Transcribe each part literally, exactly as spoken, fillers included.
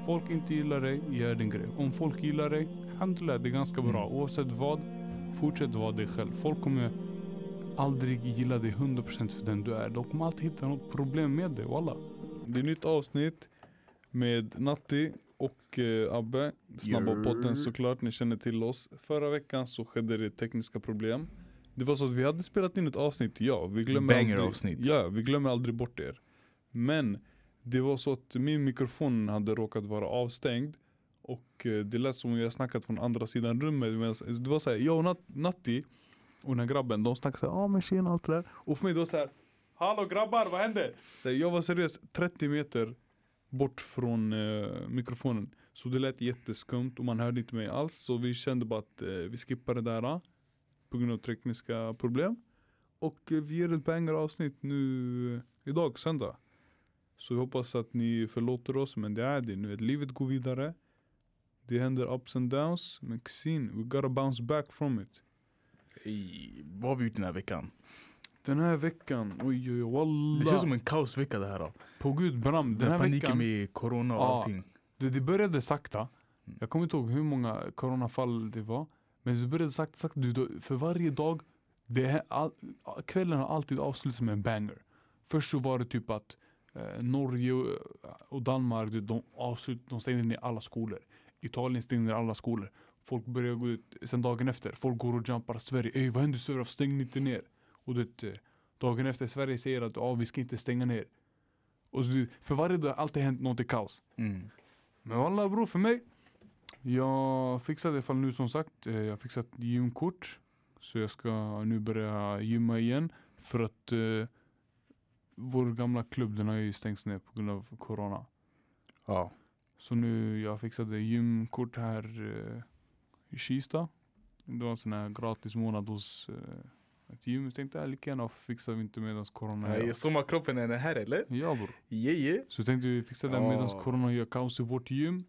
Folk inte gillar dig, gör din grej. Om folk gillar dig, alhamdulillah, det är ganska bra. Mm. Oavsett vad, fortsätt vara dig själv. Folk kommer aldrig gilla dig hundra procent för den du är. De kommer alltid hitta något problem med dig, wallah. Det är nytt avsnitt med Natti och eh, Abbe. Snabba Yeah. podden såklart, ni känner till oss. Förra veckan så skedde det tekniska problem. Det var så att vi hade spelat in ett avsnitt, ja. Vi glömmer Banger aldrig, avsnitt. Ja, vi glömmer aldrig bort er. Men det var så att min mikrofon hade råkat vara avstängd. Och eh, det lät som om jag snackat från andra sidan rummet. Men det var såhär, jag och Nat- Natti och den här grabben, de snackade såhär, ja ah, men tjena allt det där. Och för mig då såhär, hallå grabbar, vad händer? Så jag var seriöst trettio meter bort från eh, mikrofonen. Så det lät jätteskumt och man hörde inte mig alls. Så vi kände bara att eh, vi skippade det där på grund av tekniska problem. Och eh, vi gör ett banger avsnitt nu eh, idag, söndag. Så vi hoppas att ni förlåter oss, men det är det. Nu vet, livet går vidare. Det händer ups and downs. Men Xine, we gotta bounce back from it. I, vad har vi gjort den här veckan? Den här veckan, oj oj wallah. Det känns som en kaosvecka det här då. På Gud bram, den här paniken veckan. med corona och Ja. allting. Det, det började sakta. Mm. Jag kommer inte ihåg hur många coronafall det var. Men det började sakta, sakta. Du, då, för varje dag, det är all, kvällen har alltid avslutats med en banger. Först så var det typ att eh, Norge och, och Danmark, de, avslut, de stängde ner alla skolor. Italien stängde ner alla skolor. Folk började gå ut, sen dagen efter, folk går och jumpar Sverige. Ey, vad händer i Sverige? Stäng inte ner. Och det, dagen efter Sverige säger att ah, vi ska inte stänga ner. Och så, för varje dag har alltid hänt något i kaos. Mm. Men wallah bro, för mig, jag fixade i alla fall nu som sagt, eh, jag har fixat gymkort. Så jag ska nu börja gymma igen. För att eh, vår gamla klubb, den har ju stängts ner på grund av corona. Ja. Så nu, jag fixade gymkort här eh, i Kista. Det var en sån här gratis månad hos eh, ett gym. Jag tänkte, jag lika gärna fixar vi inte medans corona. Ja, gör. jag sommarkroppen är den här eller? Ja bror. Yeah, yeah. Så jag tänkte vi fixar det Ja. medans corona gör kaos i vårt gym.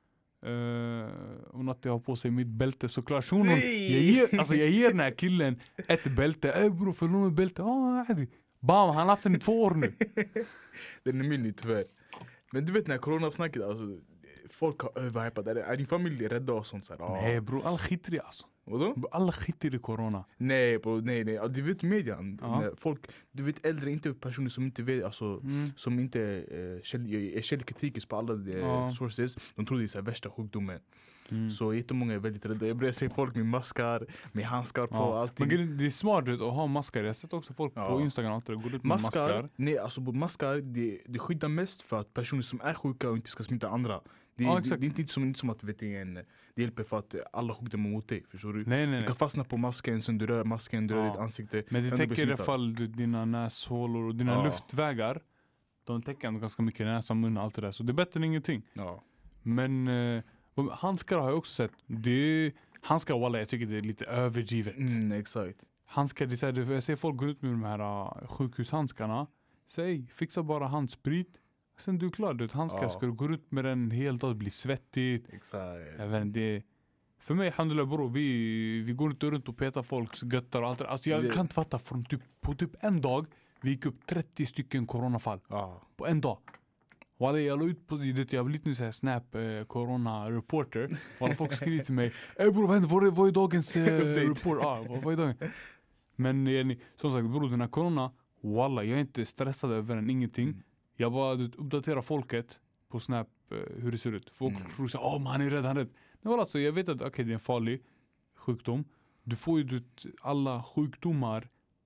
Uh, och Natti har på sig mitt bälte såklart. Så hon, Nej! jag, ger, alltså jag ger den här killen ett bälte. Ey bror, förlåt mig bälte. Ah, bam, han har haft den i två år nu. Den är min nu tyvärr. Men du vet när coronasnacket, alltså, folk har överhypat. Är, är din familj rädda och sånt? Så här, ah. Nej bror, alla skiter i alltså. Vadå? Bro, alla skiter i corona. Nej bro, nej nej. Ja, du vet median. Ja. När folk, du vet äldre, inte personer som inte vet, alltså Mm. som inte eh, käll, är källkritisk på alla eh, Ja. sources. De tror det är så här värsta sjukdomen. Mm. Så jättemånga är väldigt rädda. Jag börjar se folk med maskar, med handskar på, Ja. allting. Men grejen, det är smart vet, att ha maskar. Jag har sett också folk Ja. på Instagram alltid går ut med Maskar, maskar. nej alltså maskar, det, det skyddar mest för att personer som är sjuka och inte ska smitta andra. Det, Ja, det, exakt. det är inte, inte, som, inte som att vet, det, är en, det hjälper för att alla sjukdomar mot dig, förstår du? Nej nej Du nej. kan fastna på masken, sen du rör masken, du rör Ja. ditt ansikte. Men det sen du blir täcker i alla smittad. fall du, dina näshålor och dina Ja. luftvägar. De täcker ändå ganska mycket näsa, mun och allt det där. Så det är bättre än ingenting. Ja. Men eh, handskar har jag också sett. Det är, handskar, wallah, jag tycker det är lite överdrivet. Mm, exakt. Handskar, det är så här, jag ser folk gå ut med de här uh, sjukhushandskarna. Säg, fixa bara handsprit. Sen du är klar, du vet, handskar. Ja. Ska du gå ut med den hel dag, det blir svettigt. Exakt. Jag vet inte, det, för mig, alhamdulillah bro, vi, vi går inte runt och petar folks göttar och allt det där. Alltså jag Det- kan inte fatta, från typ, på typ en dag, vi gick upp trettio stycken coronafall. Ja. På en dag. Wallah, jag la ut på det, jag var lite nu såhär snap eh, corona reporter. Wallah, folk skriver till mig, ey bror, vad händer? Vad är, vad är dagens eh, Update. report? Ah, vad, vad är dagen? Men eh, som sagt bror, den här corona, wallah, jag är inte stressad över den, ingenting. Mm. Jag bara du, uppdaterar folket på snap eh, hur det ser ut. Folk Mm. tror såhär, åh oh, han är rädd, han är rädd. Men wallah, så jag vet att okej, okay, det är en farlig sjukdom. Du får ju du, alla sjukdomar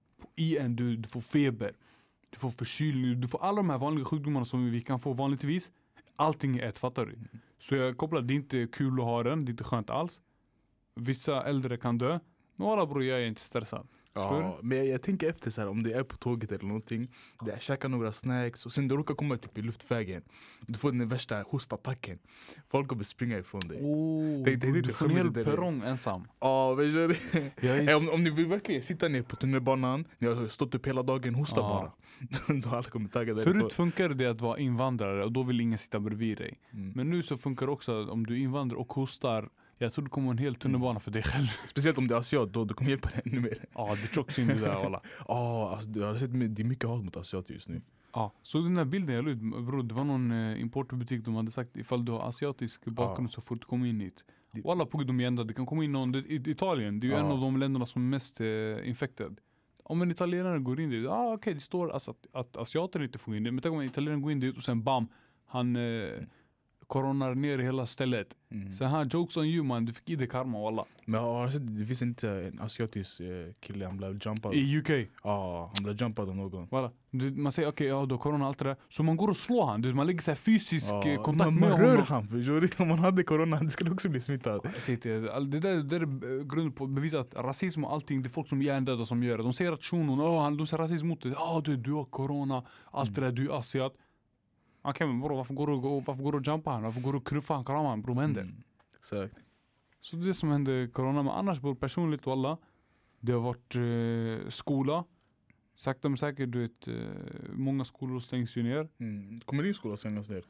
i en, du, du får feber. Du får förkylning, du får alla de här vanliga sjukdomarna som vi kan få vanligtvis. Allting är ett, fattar du? Så jag kopplar, det är inte kul att ha den, det är inte skönt alls. Vissa äldre kan dö. Men alla bror, jag är inte stressad. Förstår Ja, men jag, jag tänker efter så här, om det är på tåget eller någonting, där jag käkar några snacks och sen du råkar komma typ i luftvägen. Du får den värsta hostattacken. Folk kommer springa ifrån dig. Oh, Det- det är lite du får en hel skämmigt det där. perrong ensam. Ja, men kör. Jag är Eh, om, om ni vill verkligen sitta ner på tunnelbanan, ni har stått upp hela dagen, hosta Ja. bara. Då har alla kommit tagga Förut därifrån. funkar det att vara invandrare och då vill ingen sitta bredvid dig. Mm. Men nu så funkar det också att om du är invandrare och hostar, jag tror det kommer en hel tunnelbana för dig själv. Speciellt om det är asiat, då du kommer hjälpa dig ännu mer. Ja, det är tjock synd det där, alla. Ja, alltså, du har sett, det är mycket hat mot asiater just nu. Ja, så den där bilden jag lade ut, bro, det var någon eh, importbutik, de hade sagt ifall du har asiatisk bakgrund så får du komma in hit. Och alla på de ända, det kan komma in någon, det, i Italien, det är ju Ja. en av de länderna som är mest eh, infected. Om en italienare går in dit, ah, okej okay, det står alltså att, att asiater inte får in det, men tänk om en italienare går in dit och sen bam, han eh, koronar ner hela stället. Mm. Så här, jokes on you man, du fick i det karma och alla. Men har du sett, det finns inte en asiatisk eh, kille, han blev jumpad. I U K. Ja, han blev jumpad av någon. Voilà. Du, man säger okej, okay, ja då corona och allt det där. Så man går och slår han, du, man lägger så här fysisk Ja, eh, kontakt man, med man rör honom. han, förstår du? Om man hade corona, han skulle också bli smittad. Jag säger till er, all- det där, det där är eh, grund på att bevisa att rasism och allting, det är folk som är hjärndöda som gör det. De säger att shunon, oh, han, de säger rasism mot dig. Ja, du, du har corona, allt det där, du är asiat. Okej, okay, men bro, varför går du varför går du och jumpa han? Varför går du och knuffa han, krama han? Bro, vad händer? Mm. Exakt. Så det är det som hände corona. Men annars, bro, personligt och alla, det har varit eh, skola. Sakta men säkert, du vet, eh, många skolor stängs ju ner. Mm. Kommer din skola stängas ner?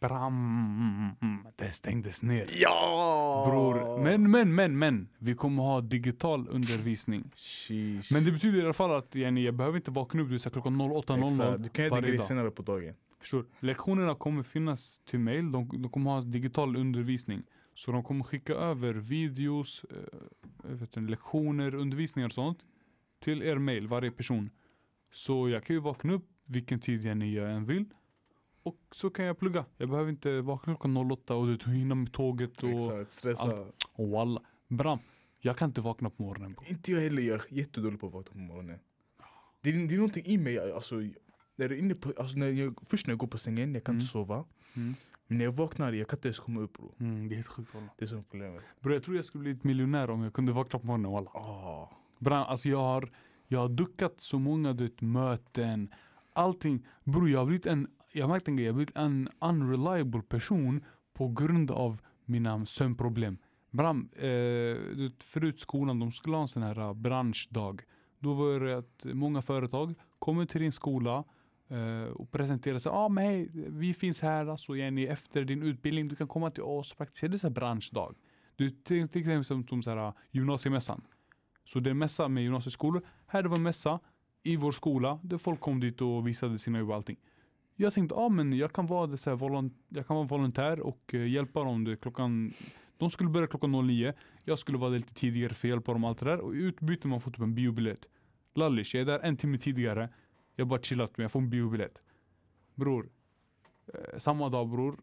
Bram, det stängdes ner. Ja! Bror, men, men, men, men. Vi kommer ha digital undervisning. Sheesh. Men det betyder i alla fall att yani, jag behöver inte vakna upp så klockan åtta noll noll. Exakt. Du kan göra varje det dag. senare på dagen. Förstår? Lektionerna kommer finnas till mail. De, de kommer ha digital undervisning. Så de kommer skicka över videos, eh, vet du, lektioner, undervisningar och sånt till er mail, varje person. Så jag kan ju vakna upp vilken tid jag, jag än vill. Och så kan jag plugga. Jag behöver inte vakna klockan åtta och du hinna med tåget och, Exakt, stressa. allt. och walla. Bram, jag kan inte vakna på morgonen. Bro. Inte jag heller, jag är jättedålig på att vakna på morgonen. Det är, det är någonting i mig, alltså, när, det är inne på, alltså när jag, först när jag går på sängen, jag kan Mm. inte sova. Mm. Men när jag vaknar, jag kan inte ens komma upp, bro. Mm, det är helt sjukt walla. Det är som problemet. Bro, jag tror jag skulle bli ett miljonär om jag kunde vakna på morgonen walla. Oh. Bram, alltså jag har, jag har duckat så många du vet, möten. Allting. Bro, jag har blivit en, jag märkte en grej, jag har blivit en unreliable person på grund av mina sömnproblem. Bram, eh, du vet, förut skolan, de skulle ha en sån här uh, branschdag. Då var det att många företag kommer till din skola eh, och presenterar sig. Ja, ah, men hej, vi finns här, alltså, Jenny, efter din utbildning, du kan komma till oss och praktisera. Det är så här branschdag. Du till, till exempel som, som så här, uh, gymnasiemässan. Så det är mässa med gymnasieskolor. Här det var mässa i vår skola, där folk kom dit och visade sina jobb och allting. Jag tänkte, ja ah, men jag kan vara det så här, volont- jag kan vara volontär och uh, hjälpa dem. Det klockan, de skulle börja klockan noll nio. Jag skulle vara där lite tidigare för att hjälpa dem allt det där. Och i utbyte man får typ en biobiljett. Lallish, jag är där en timme tidigare. Jag bara chillat med, jag får en biobiljett. Bror, eh, samma dag bror.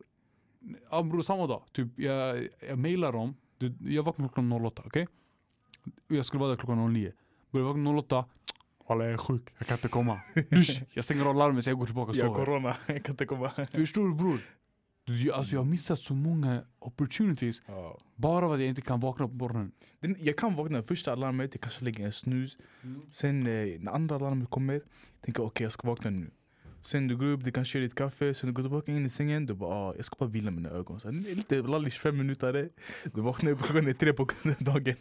Ja bror, samma dag. Typ, jag, jag mailar dem. Du, jag vaknar klockan noll åtta, okej? Okay? Jag skulle vara där klockan noll nio. Bror, jag vaknar noll åtta. Walla, jag är sjuk, jag kan inte komma. Dusch, jag stänger av larmet så jag går tillbaka och Jag sover. har corona, jag kan inte komma. Förstår du bror? Du, alltså jag har missat så många opportunities. Ja. Bara för att jag inte kan vakna på morgonen. Den, jag kan vakna första alarmet, jag kanske lägger en snus. Sen eh, när andra alarmet kommer, tänker jag okej okay, jag ska vakna nu. Sen du går upp, du kan köra ditt kaffe, sen du går tillbaka in i sängen, du bara ah, jag ska bara vila mina ögon. Så det är lite lallish fem minuter, du vaknar upp klockan är tre på dagen.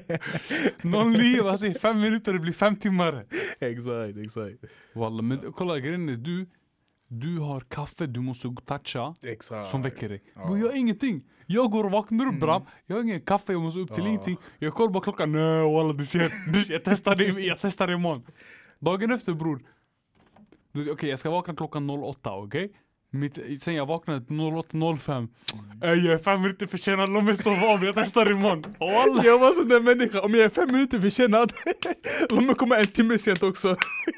Någon liv, alltså fem minuter, det blir fem timmar. Exakt, exakt. Walla, men kolla grejen är du, du har kaffe, du måste toucha. Exakt. Som väcker dig. Ja. Men jag har ingenting. Jag går och vaknar upp Mm. bram. Jag har ingen kaffe, jag måste upp till Ja. ingenting. Jag kollar bara klockan. Nej walla du ser. Du, jag testar det, jag testar det imorgon. Dagen efter bror. Du, Okej okay, jag ska vakna klockan noll åtta, okej? Okay? Sen jag vaknade noll åtta noll fem. Mm. Ey, jag är fem minuter försenad, låt mig sova av. Jag testar imorgon. Walla. Jag var sån där människa, om jag är fem minuter försenad, låt mig komma en timme sent också.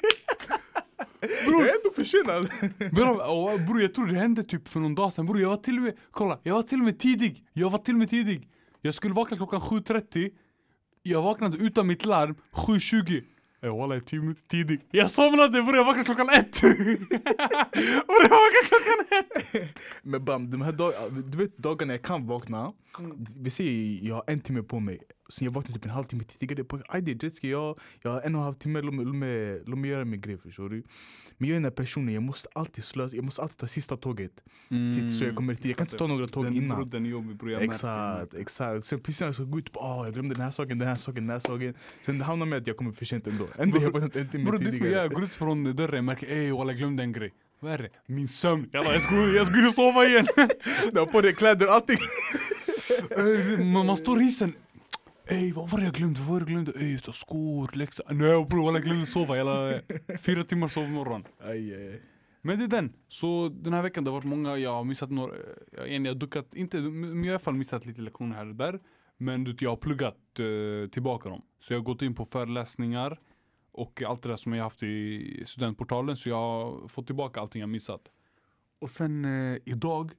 Bror. Jag är ändå försenad. Bror, oh, bror, jag tror det hände typ för någon dag sedan. Bror, jag var till och med, kolla, jag var till och med tidig. Jag var till och med tidig. Jag skulle vakna klockan sju trettio. Jag vaknade utan mitt larm sju tjugo. Jag var tio minuter tidig. Jag somnade, bror, jag vaknade klockan ett. Bror, jag vaknade klockan ett. Men bam, de här dag, du vet dagarna jag kan vakna. Vi säger jag har en timme på mig. Så jag vaknar typ en halvtimme tidigare på Id jetski. Jag, jag har en och en halv timme, låt mig, låt mig göra min grej, förstår du? Men jag är den här personen, jag måste alltid slösa, jag måste alltid ta sista tåget. Mm. Så jag kommer till, jag kan inte ta några tåg den, innan. Bro, den är jobbig, bro, jag exakt, märkte. exakt. Sen precis när jag ska gå ut, åh, jag glömde den här saken, den här saken, den här saken. Sen det hamnar med att jag kommer för sent ändå. Ändå jag vaknat en timme bro, tidigare. Bro, jag går ut från dörren och märker, ey, walla, jag glömde en grej. Vad är det? Min sömn. Jalla, jag ska, jag ska gå och sova igen. Du har på dig kläder, allting. Men man står i isen. Ey, vad var det jag glömde? Vad var det jag glömde? Ey, just det, skor, läxa. Nej bro, jag glömde sova. Hela fyra timmar sov morgon. Aj, aj. Men det är den. Så den här veckan det har varit många, jag har missat några, en jag har duckat, inte, men jag har i alla fall missat lite lektioner här och där. Men du, jag har pluggat uh, tillbaka dem. Så jag har gått in på föreläsningar och allt det där som jag har haft i studentportalen. Så jag har fått tillbaka allting jag missat. Och sen uh, idag,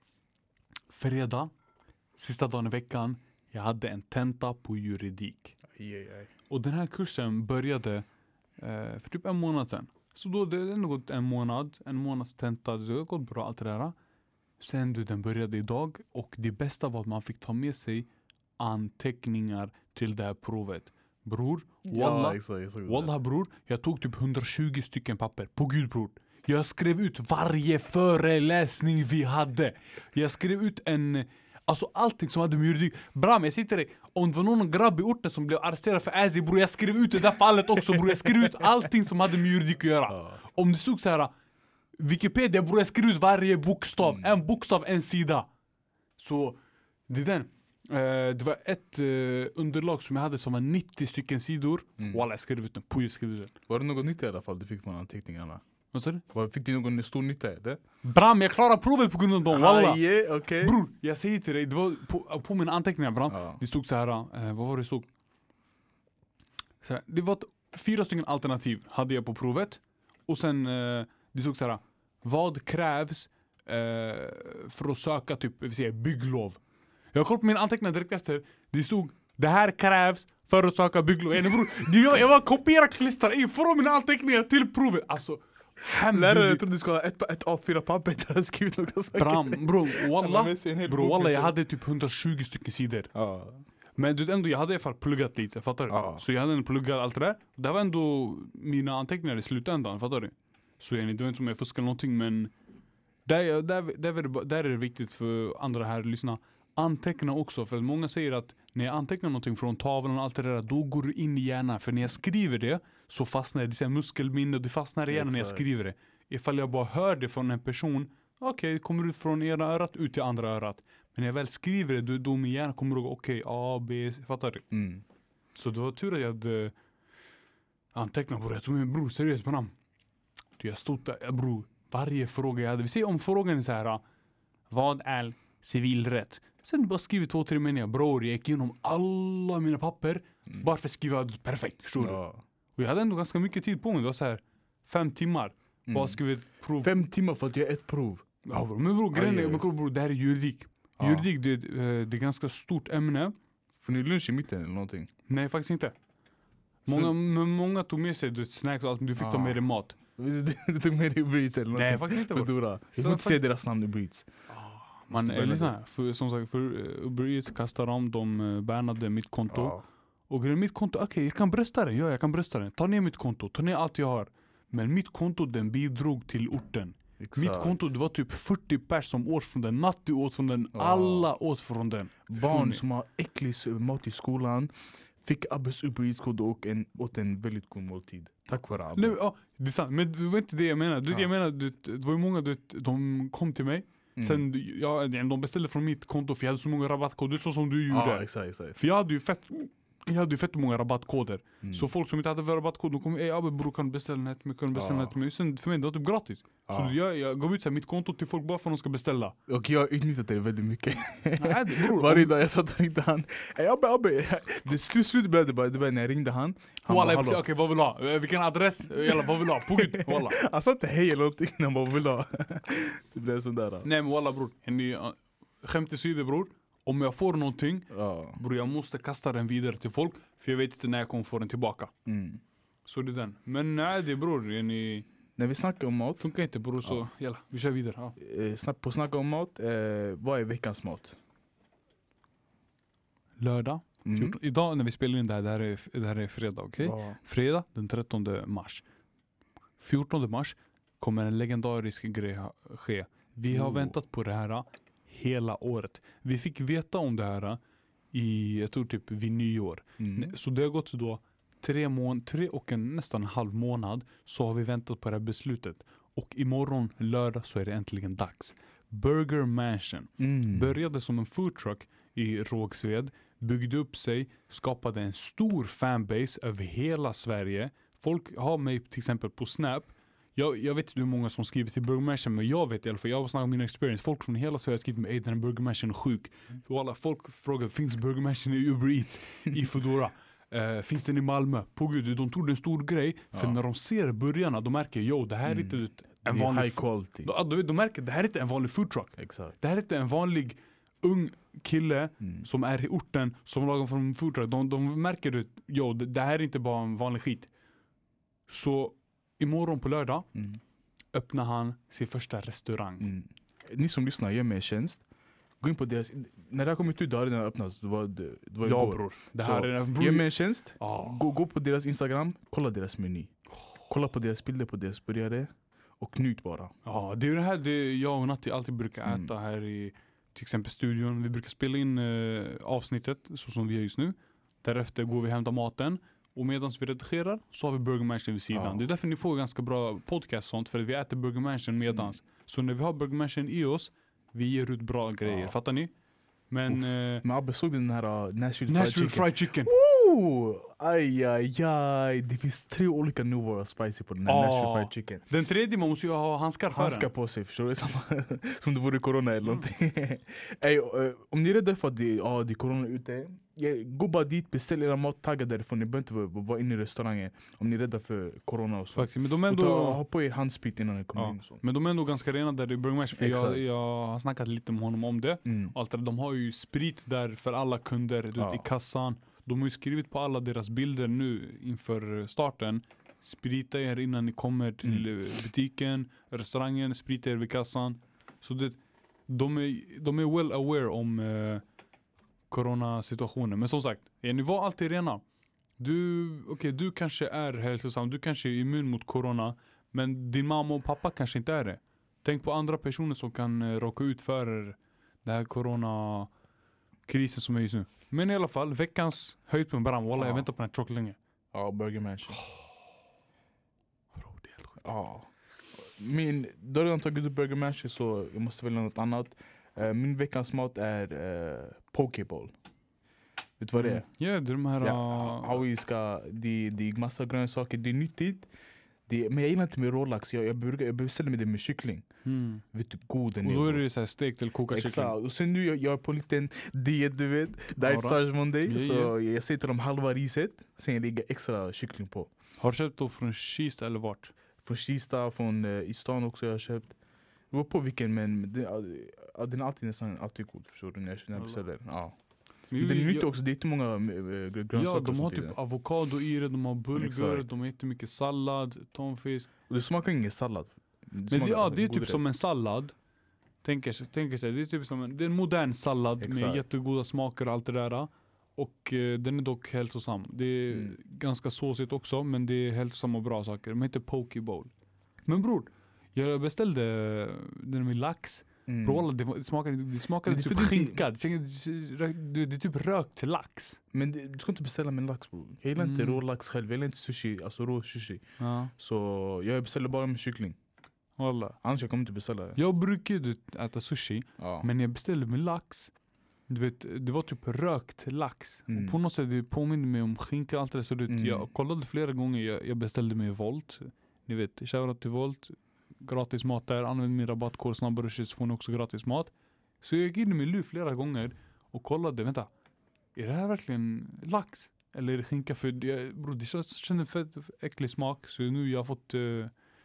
fredag, sista dagen i veckan, jag hade en tenta på juridik. Aj, aj, aj. Och den här kursen började uh, för typ en månad sedan. Så då det har ändå gått en månad, en månads tenta, det har gått bra allt det där. Sen du, den började idag och det bästa var att man fick ta med sig anteckningar till det här provet. Bror, wallah, Ja, exakt, exakt. wallah bror, jag tog typ hundratjugo stycken papper. På gud bror. Jag skrev ut varje föreläsning vi hade. Jag skrev ut en, alltså allting som hade med juridik. Bram, jag sitter där. Om det var någon grabb i orten som blev arresterad för Azi, bror, jag skrev ut det där fallet också, bror. Jag skrev ut allting som hade med juridik att göra. Ja. Om det stod så här Wikipedia, bror, jag skrev ut varje bokstav. Mm. En bokstav, en sida. Så det är den. Uh, det var ett uh, underlag som jag hade som var nittio stycken sidor. Mm. Wallah, jag skrev ut den. Puj, jag skrev ut den. Var det något nytt i alla fall du fick från anteckningarna? Vad sa du? Var, fick du någon stor nytta i det? Bram, jag klarade provet på grund av dem, wallah. Ah, yeah, okay. Bror, jag säger till dig, det var på, på mina anteckningar, Bram. Ja. Det stod så här, uh, vad var det stod? Så här, det var ett, fyra stycken alternativ hade jag på provet. Och sen, uh, det stod så här, vad krävs uh, för att söka typ, vi säger, bygglov? Jag kollade på mina anteckningar direkt efter. Det stod, det här krävs för att söka bygglov. Jag, bror, jag, jag var kopiera klister in från mina anteckningar till provet. Alltså, Lärare, jag trodde du skulle ha ett, ett A fyra papper där du skrivit några saker. Bram, bro, wallah, bro, wallah, jag hade... hade typ hundratjugo stycken sidor. Ja. Men du, ändå, jag hade i alla fall pluggat lite, fattar du? Ja. Så jag hade en pluggat allt det där. Det var ändå mina anteckningar i slutändan, fattar du? Så jag, det var inte som jag fuskade någonting, men där, där, där, där är det viktigt för andra här att lyssna. Anteckna också, för många säger att när jag antecknar någonting från tavlan och allt det där, då går du in i hjärnan. För när jag skriver det så fastnar det, det är muskelminne och det fastnar i hjärnan när jag skriver det. Ifall jag bara hör det från en person, okej, okay, det kommer ut från ena örat ut till andra örat. Men när jag väl skriver det, då, då min hjärna kommer ihåg, okej, okay, A, B, C, fattar du? Mm. Så det var tur att jag hade antecknat på det. Jag tog min bror seriöst på namn. Jag stod där, bror, varje fråga jag hade. Vi ser om frågan är så här, vad är civilrätt? Sen bara skrivit två, tre meningar. Bror, jag gick igenom alla mina papper. Mm. Bara för att skriva perfekt, förstår Ja. du? Och jag hade ändå ganska mycket tid på mig. Det var så här, fem timmar. Mm. Bara skrivit prov. Fem timmar för att göra ett prov. Ja, bro. Men bror, grejen är, men bror, det här är juridik. Ja. Juridik, det, det är ganska stort ämne. Får ni lunch i mitten eller någonting? Nej, faktiskt inte. Många, men många tog med sig du, snacks och allt, men du fick Ah. ta med dig mat. Du tog med dig Uber Eats eller någonting? Nej, faktiskt inte. För bror. Dora. Jag Så får inte fakt- säga deras namn i Uber Eats. Man, Måste eller så bärna här, för, som sagt, för uh, Uber Eats kastade om, de uh, bärnade mitt konto. Ja. Och grejen, mitt konto, okej, okay, jag kan brösta det. Ja, jag kan brösta det. Ta ner mitt konto, ta ner allt jag har. Men mitt konto, den bidrog till orten. Exakt. Mitt konto, det var typ fyrtio pers som åt från den. Natti åt från den. Ja. Alla åt från den. Förstår Barn ni? som har äcklig mat i skolan fick Abbes Uber Eats-kod och en, åt en väldigt god måltid. Tack vare Abbe. Nej, ja, det är sant. Men det var inte det jag menade. Du, Ja. Jag menade, du, det var ju många, du, de kom till mig. Mm. Sen, ja, de beställde från mitt konto för jag hade så många rabattkoder. Så som du gjorde. Ja, exakt, exakt. För jag hade ju fett, jag hade ju fett många rabattkoder. Mm. Så folk som inte hade för rabattkod, de kom, ey Abbe bror, kan du beställa den här till mig, kan du beställa den här Ja. till mig. Sen för mig, det var typ gratis. Ja. Så jag, jag gav ut så här, mitt konto till folk bara för att de ska beställa. Och jag har utnyttjat det väldigt mycket. Nej, det- bror, Varje om- dag jag satt och ringde han. Ey Abbe, Abbe. Det till slut blev det bara, det var när jag ringde han. Han Walla, bara, okej, hallå. okay, vad vill du ha? Eh, Vilken adress? Eh, Jalla, vad vill du ha? På gud, walla. Han sa inte hej eller någonting, han bara, vad vill du ha? Det blev sån där. Nej men walla bror, ni, uh, skämt åsido bror. Om jag får någonting, Ja. bror jag måste kasta den vidare till folk. För jag vet inte när jag kommer få den tillbaka. Mm. Så det är den. Men nej det bror, är ni, När vi snackar om mat, funkar inte bror så jalla, vi kör vidare. Ja. eh, snack, på snacka om mat, eh, vad är veckans mat? Lördag, Mm. fjorton, idag när vi spelar in det här, det här är, det här är fredag, okej? Ja. Fredag den trettonde mars. fjortonde mars kommer en legendarisk grej ha- ske. Vi har Oh. väntat på det här hela året. Vi fick veta om det här i, jag tror typ vid nyår. Mm. Så det har gått då tre, mån- tre och en nästan en halv månad så har vi väntat på det här beslutet. Och imorgon lördag så är det äntligen dags. Burger Mansion Mm. började som en foodtruck i Rågsved, byggde upp sig, skapade en stor fanbase över hela Sverige. Folk har mig till exempel på Snap. Jag, jag vet inte hur många som skriver till burgermästaren, men jag vet i alla fall, jag har snackat om min experience. Folk från hela Sverige har skrivit med, den här burgermästaren är sjuk. Och alla folk frågar, finns burgermästaren i Uber Eats i Foodora? Uh, finns den i Malmö? På gud, de tog en stor grej. För Ja. när de ser burgarna, de märker, jo, det här är inte en Det är vanlig... high quality. De, de, de märker, det här är inte en vanlig food truck. Exakt. Det här är inte en vanlig ung kille Mm. som är i orten som lagar från en food truck. De, de märker att jo, det, det här är inte bara en vanlig skit. Så imorgon på lördag Mm. öppnar han sin första restaurang. Mm. Ni som lyssnar, gör mig en tjänst. Gå in på deras... När det har kommit ut, då har den öppnats. Det var, det, det var Ja igår. bror. Det Så, här är en Gör mig en tjänst. Ah. Gå, gå på deras Instagram, kolla deras meny. Kolla på deras bilder på deras burgare. Och njut bara. Ja, det är det här det jag och Natti alltid brukar Mm. äta här i till exempel studion. Vi brukar spela in eh, avsnittet så som vi gör just nu. Därefter går vi och hämtar maten. Och medan vi redigerar så har vi Burger Mansion vid sidan. Ja. Det är därför ni får ganska bra podcast och sånt. För att vi äter Burger Mansion medans. Mm. Så när vi har Burger Mansion i oss, vi ger ut bra grejer. Ja. Fattar ni? Men eh, Men Abbe, såg du den här uh, Nashville, Nashville Fried Fried Chicken. Chicken? Aj, aj, aj. Det finns tre olika nivåer av spicy på den här Ah. Nashville Fried Chicken. Den tredje man måste ju ha handskar för Han ska den. på sig, förstår du? Samma, som det vore corona eller någonting. Ey, uh, om ni är rädda för att det, uh, det är corona ute, ja, gå bara dit, beställ era mat, tagga därifrån. Ni behöver inte vara, vara inne i restaurangen om ni är rädda för corona och så. Faktiskt. Men de är Och ändå... ta, ha på er handsprit innan ni kommer Ja. in. Så. Men de är ändå ganska rena där i Burger Mansion. För jag, Exakt. jag har snackat lite med honom om det. Mm. Allt det där. De har ju sprit där för alla kunder, du vet, Ja. i kassan. De har ju skrivit på alla deras bilder nu inför starten. Sprita er innan ni kommer till Mm. eh, butiken, restaurangen, sprita er vid kassan. Så det, de, är, de är well aware om eh, coronasituationen. Men som sagt, ja, ni var alltid rena. Du, okay, du kanske är hälsosam, du kanske är immun mot corona. Men din mamma och pappa kanske inte är det. Tänk på andra personer som kan eh, råka ut för det här coronakrisen som är just nu. Men i alla fall, veckans höjdpunkt. Bram, wallah, jag Ja. väntar på den här tjock länge. Ja, Burger Mansion. Bro, det är helt sjukt. Ja. Min, då har jag tagit upp Burger Mansion så jag måste välja något annat. Uh, min veckans mat är uh, Pokeball. Vet du vad det är? Ja, det är de här... Ja, uh, hawaiiska, det, det är massa grönsaker, det är nyttigt. Det, men jag gillar inte med rålax, jag, jag, brukar, jag beställer med det med kyckling. mm. Vet du, god den Och är. då är bro. det så här stekt eller kokad kyckling. Exakt, och sen nu jag, jag är på en liten diet, du vet. Diet Ja, Stars Monday. Ja, så ja. jag, jag sätter dem halva riset, sen jag lägger extra kyckling på. Har du köpt då från Kista eller vart? Från Kista, från uh, i stan också jag har köpt. Det var på vilken, men det, ja, den är alltid nästan alltid god, förstår du, när jag, när jag beställer. Ja. Men Men den är jag- nyttig också, det är inte många äh, grönsaker. Ja, de och har sånt i typ den. avokado i det, de har bulgur, Exakt. de har jättemycket sallad, tonfisk. Och det smakar ingen sallad. Det Men smakar det, ja, det är godare. typ som en sallad. Tänker sig, tänker sig, det är typ som en, det är en modern sallad med Exakt. jättegoda smaker och allt det där. Och eh, den är dock hälsosam. Det är Mm. ganska såsigt också, men det är hälsosamma och bra saker. Men inte pokeball. Men bror, jag beställde den med lax. Mm. Bro, alla, det, var- det smakade, det smakade Men det är typ för det- skinka. Det, känns- det, det är typ rökt lax. Men det, du ska inte beställa med lax, bror. Jag gillar inte Mm. rå lax själv, jag gillar inte sushi, alltså rå sushi. Ja, Så jag beställer bara med kyckling. wallah. Annars jag kommer inte beställa det. Jag brukar ju äta sushi, Ja. men jag beställde med lax. Du vet, det var typ rökt lax. Mm. Och på något sätt det påminner mig om skinka och allt det där. Så du vet, Mm. jag kollade flera gånger, jag, jag beställde med Volt. Ni vet, shoutout till Volt. Gratis mat där, använd min rabattkod snabbare så får ni också gratis mat. Så jag gick in i min lur flera gånger och kollade, vänta. Är det här verkligen lax? Eller är det skinka? För jag, bro, det känns- kändes fett äcklig smak. Så nu jag har fått... Uh,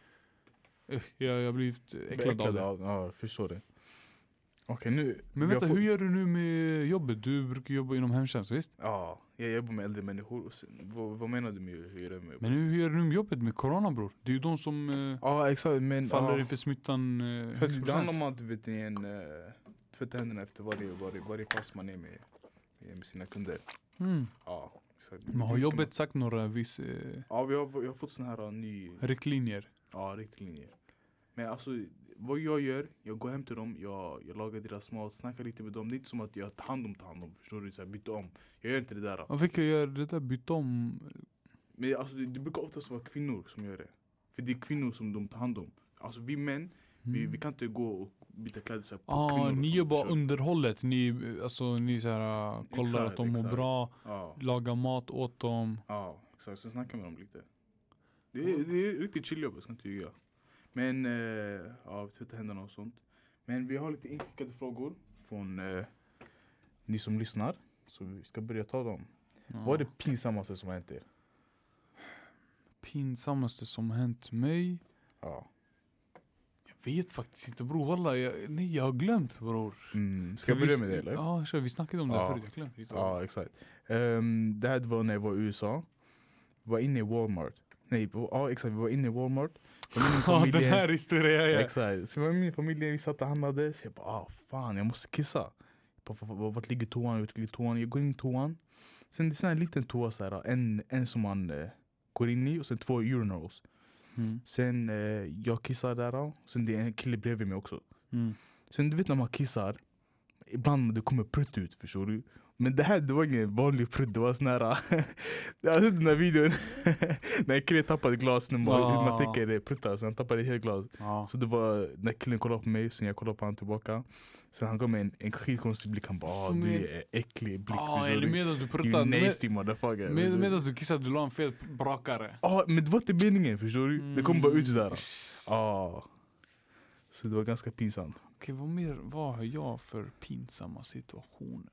jag, jag har blivit äcklad av det. av Ja, jag förstår det. Okej, nu... Men vi vänta, har fått- hur gör du nu med jobbet? Du brukar jobba inom hemtjänst, visst? Ja, jag jobbar med äldre människor. Och sen- Vad, vad menar du med hur gör jag med? Men hur gör du nu med jobbet med corona, bror? Det är ju de som eh, Ja, exakt. Men faller ja, inför smittan eh, för att hundra det handlar procent. om att du vet, ni en, uh, tvätta händerna efter varje, varje, varje pass man är med, med sina kunder. Mm. Ja, exakt. Men har jobbet sagt några viss eh, Ja, vi har, vi har fått såna här uh, ny riktlinjer? ja, riktlinjer. Men alltså, vad jag gör, jag går hem till dem, jag, jag lagar deras mat, snackar lite med dem. Det är inte som att jag tar hand om, tar hand om, förstår du? Så här, byter om. Jag gör inte det där. Och vilka gör det där? Byta om? Men alltså, det, det brukar oftast vara kvinnor som gör det. För det är kvinnor som de tar hand om. Alltså vi män, vi, Mm. vi kan inte gå och byta kläder så här, på Ah, kvinnor. och ni sånt, gör bara förstår du? underhållet. Ni, eh, alltså, ni så här, eh, kollar Exakt, att de mår exakt. bra, Ja, lagar mat åt dem. ja, exakt. Sen snackar med dem lite. Det är, det är riktigt chill jobb, jag ska inte ljuga. Men, eh, ja, tvätta händerna och sånt. Men vi har lite inskickade frågor från eh, ni som lyssnar. Så vi ska börja ta dem. Ja. Vad är det pinsammaste som har hänt er? Pinsammaste som hänt mig? Ja. Jag vet faktiskt inte bror, wallah, jag, nej jag har glömt bror. Mm. Ska jag Vi- börja med det eller? Ja, kör, vi snackade om det Ja. förut, jag glömde lite. Ja, exakt. Um, det här var när jag var i U S A. Vi var inne i Walmart. Nej, på- ja exakt, vi var inne i Walmart. Och med min Ja, familj- den här historien, ja. Exakt. Så med min familj, vi satt och handlade. Så jag bara, ah, fan jag måste kissa. På- på- på- Vart ligger toan? Vart ligger toan? Jag går in i toan. Sen det är sån här liten toa, så här, en, en som man eh, går in i och sen två urinals. Mm. Sen eh, jag kissar där. Och sen det är en kille bredvid mig också. Mm. Sen du vet när man kissar, ibland det kommer prutt ut, förstår du? Men det här, det var ingen vanlig prutt, det var sån här... Jag har sett den här videon när en kille tappade glas, när man, Ah. man tänker det pruttar, så han tappade ett helt glas. Ja. Så det var när killen kollade på mig, sen jag kollade på honom tillbaka. Så han gav mig en, en skitkonstig blick, han bara ah, Som du en- är äcklig blick, Ah, förstår eller du? medan du You pruttade, med, nasty motherfucker. med, medan du kissade du la en fel brakare. Ja, men det var inte meningen, förstår du? Det kom bara ut sådär. Mm. Ah. Så det var ganska pinsamt. Okej, vad mer, vad har jag för pinsamma situationer?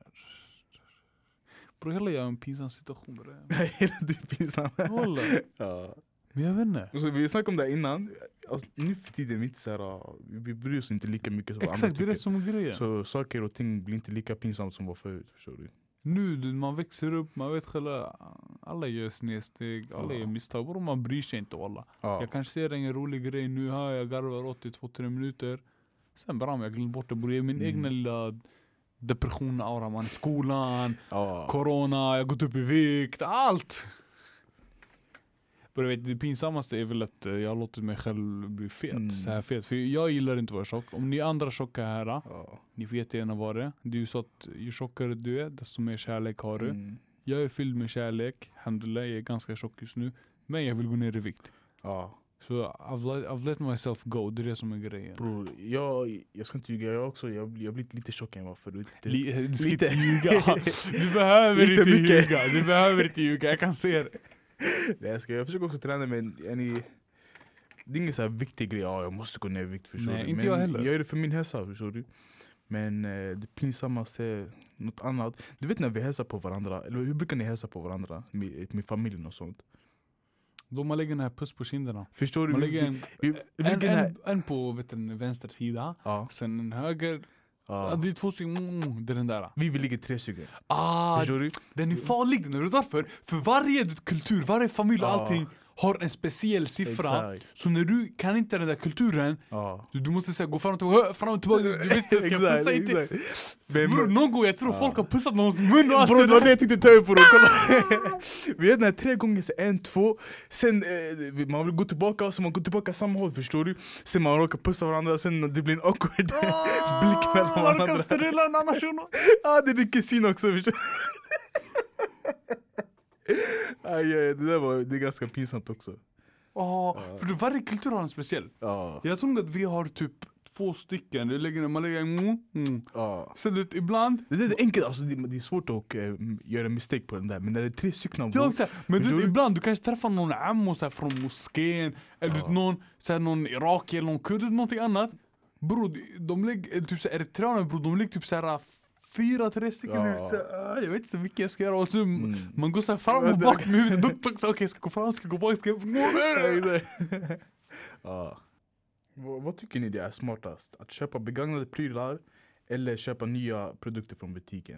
Bror, hela jag har en pinsam situation med det. Hela det är pinsamt. Wallah. Ja. Men jag vet inte. Så vi snackade om det här innan. Alltså, nu för tiden är vi inte så här, vi bryr oss inte lika mycket som Exakt, det är det som är grejen. Så saker och ting blir inte lika pinsamt som var förut, förstår du? Nu, du, man växer upp, man vet själva, alla gör snedsteg, alla Ja. gör misstag, och man bryr sig inte wallah. Ja. Jag kanske ser en rolig grej nu här, jag garvar åt i två, tre minuter. Sen bram, jag glömmer bort det, bror. Jag är min Mm. egna lilla depression-aura man. Skolan, Ja. corona, jag har gått upp i vikt, allt! Bror, jag vet, det pinsammaste är väl att eh, jag har låtit mig själv bli fet, Mm. så här fet. För jag gillar inte att vara tjock. Om ni andra tjocka här, Ja. ni får jättegärna vara det. Det är ju så att ju tjockare du är, desto mer kärlek har du. Mm. Jag är fylld med kärlek, alhamdulillah, jag är ganska tjock just nu. Men jag vill gå ner i vikt. Ja. Så I've let, I've let myself go, det är det som är grejen. Bror, jag, jag ska inte ljuga, jag också, jag, blir- jag blir lite tjock än vad förut. Det- Li, du ska lite. inte ljuga. Du behöver Lite inte mycket. ljuga. Du behöver inte ljuga, jag kan se det. Nej, jag, ska, jag försöker också träna, men yani, det är ingen så här viktig grej, ja, jag måste gå ner i vikt, förstår Nej, du? inte men jag heller. jag gör det för min hälsa, förstår du? Men eh, det pinsammaste är något annat. Du vet när vi hälsar på varandra, eller hur brukar ni hälsa på varandra med, med familjen och sånt? Då man lägger den här puss på kinderna. Förstår du? Man Vi- lägger en, vi, vi, vi en, brukar här, en, en på vet du, vänster sida, ja, sen en höger. Ja. ja. Det är två stycken, mm, det är den där. Vi vill ligga tre stycken. Ah, Förstår du? den är farlig den, vet du varför? För varje kultur, varje familj och Ja. allting har en speciell siffra. Exakt. Så när du kan inte den där kulturen, Ja. du, du måste säga gå fram och tillbaka, fram och tillbaka. Du vet inte, ska jag pussa inte? exakt. Men, Bror, någon gång jag tror Ja. folk har pussat någons mun och allt Bro, det det var där. det jag tänkte ta upp på. Kolla. Vi gör den här tre gånger, så en, två. Sen eh, man vill gå tillbaka, så man går tillbaka samma håll, förstår du? Sen man råkar pussa varandra, sen det blir en awkward blick mellan Man varandra. kan ställa en annan shuno. Ja, det är din kusin också, förstår du? Aj, aj, det där var det är ganska pinsamt också. Ja, Ja. för varje kultur har en speciell. Ja. Jag tror nog att vi har typ två stycken. Du lägger, man lägger en mm, mm. Ja. Sen du vet, ibland. Det, det är enkelt, alltså, det, det är svårt att uh, göra mistake på den där, men när det är tre stycken Ja, bro, exakt. Men du Förstår vet, du? ibland du kanske träffar någon ammo så här, från moskén. Eller du Ja. vet, någon, så här, någon irakier eller någon kurd eller någonting annat. Bror, de ligger, typ så här, eritreaner bror, de ligger typ så här fyra, tre stycken. Ja. Nu, så, här, ah, jag vet inte vilket jag ska göra. Och så, Mm. man går så här fram Ja, och det- bak med huvudet. Duk, duk, så, Okej, jag ska gå fram, ska gå bak, ska gå Ja. Vad, vad tycker ni det är smartast? Att köpa begagnade prylar eller köpa nya produkter från butiken?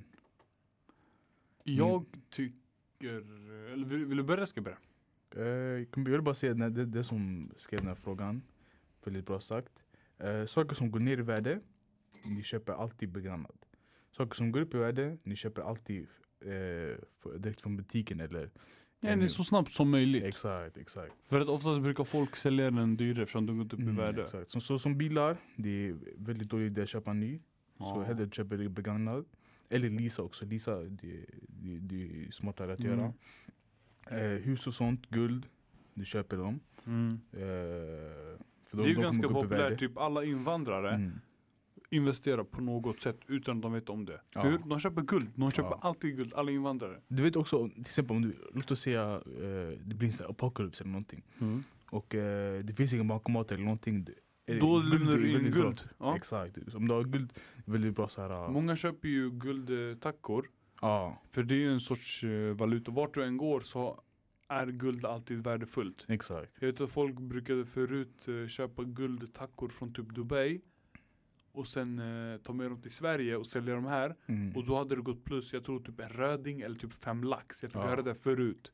Jag tycker... Eller vill, vill du börja, ska jag börja? Eh, jag kommer- jag vill bara säga att det, det som skrev den här frågan, väldigt bra sagt. Eh, saker som går ner i värde, ni köper alltid begagnat. Saker som går upp i värde, ni köper alltid eh, för- direkt från butiken eller... Ja, det är så snabbt som möjligt. Exakt, exakt. För att oftast brukar folk sälja den dyrare eftersom de gått upp i Mm, värde. exakt. Så, så som bilar, det är väldigt dålig idé att köpa en ny. Så Ja. hellre köper du begagnad. Eller leasa också. Leasa, det, det, det är smartare att Mm. göra. Eh, hus och sånt, guld, du köper dem. Mm. Eh, för Det är ju de ganska kommer gå upp i värde. populärt, typ alla invandrare Mm. investerar på något sätt utan att de vet om det. Ja. Hur? De köper guld, de köper Ja. alltid guld, alla invandrare. Du vet också, till exempel om du, låt oss säga eh, det blir en sån här apocalypse eller någonting. och eh, det finns ingen bankomat eller någonting. Eh, Då guld lämnar är du in väldigt bra. guld. Ja. Exakt. Så om du har guld, väldigt bra så här. Ja. Många köper ju guldtackor. Ja, För det är ju en sorts eh, valuta. Vart du än går så är guld alltid värdefullt. exakt. Jag vet att folk brukade förut eh, köpa guldtackor från typ Dubai. Och sen eh, ta med dem till Sverige och sälja dem här. Mm. Och då hade det gått plus, jag tror typ en röding eller typ fem lax. Jag fick Ja. höra det förut.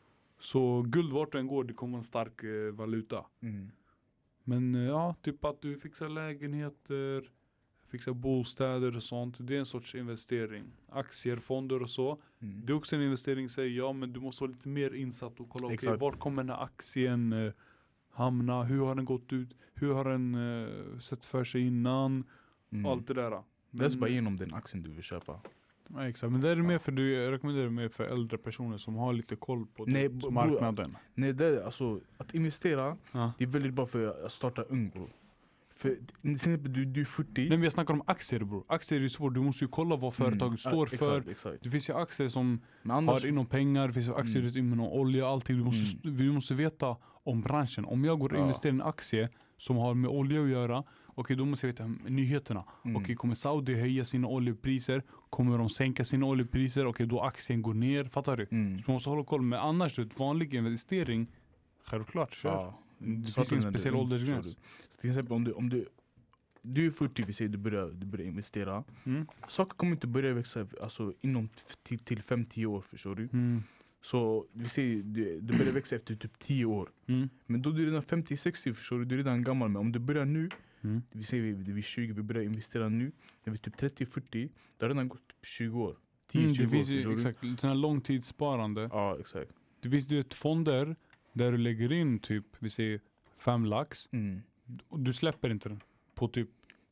Så guld vart du än går, det kommer vara en stark eh, valuta. Mm. Men eh, ja, typ att du fixar lägenheter, fixar bostäder och sånt. Det är en sorts investering. Aktier, fonder och så. Mm. Det är också en investering, säger jag, men du måste vara lite mer insatt och kolla, okej, Exakt. vart kommer den här aktien eh, hamna? Hur har den gått ut? Hur har den eh, sett för sig innan? Mm. Allt det där. Läs Men- bara igenom den aktien du vill köpa. Ja, exakt, men det är mer för du, jag rekommenderar mer för äldre personer som har lite koll på Nej, typ bro- marknaden. Nej, det är, alltså, att investera, Ja. det är väldigt bra för att starta ung bro. För till exempel du, du är fyrtio. Nej, men jag snackar om aktier, bror. Aktier är ju svårt, du måste ju kolla vad företaget Mm. står Ja, för. Exakt, exakt. Det finns ju aktier som Men annars, har inom pengar, det finns ju aktier Mm. inom olja, allting. Du måste, vi måste veta om branschen. Om jag går och Ja. investerar i en aktie som har med olja att göra, okej, då måste jag veta nyheterna. mm. Okej, kommer Saudi höja sina oljepriser? Kommer de sänka sina oljepriser? Okej, då aktien går ner, fattar du? Mm. Så man måste hålla koll. Men annars, du vet, vanlig investering, självklart, kör. Ja. Det Starta finns ingen när du är speciell ung, åldersgräns. förstår du. Till exempel om du, om du, du är fyrtio, vi säger du börjar, du börjar investera. Mm. Saker kommer inte börja växa alltså, inom f- till, till fem till tio år, förstår du? Mm. Så vi säger du, du börjar växa efter typ tio år. Mm. Men då är du redan femtio sextio, förstår du? Du är redan gammal. Men om du börjar nu, Mm. vi säger vi, vi är tjugo, vi börjar investera nu. När vi är typ trettio fyrtio, det har redan gått typ tjugo år. tio Mm, tjugo det finns år, ju förstår du? exakt, sådana här långtidssparande. Ja, exakt. Det finns ju ett fonder där du lägger in typ, vi säger fem lax. Mm. Och du släpper inte den på typ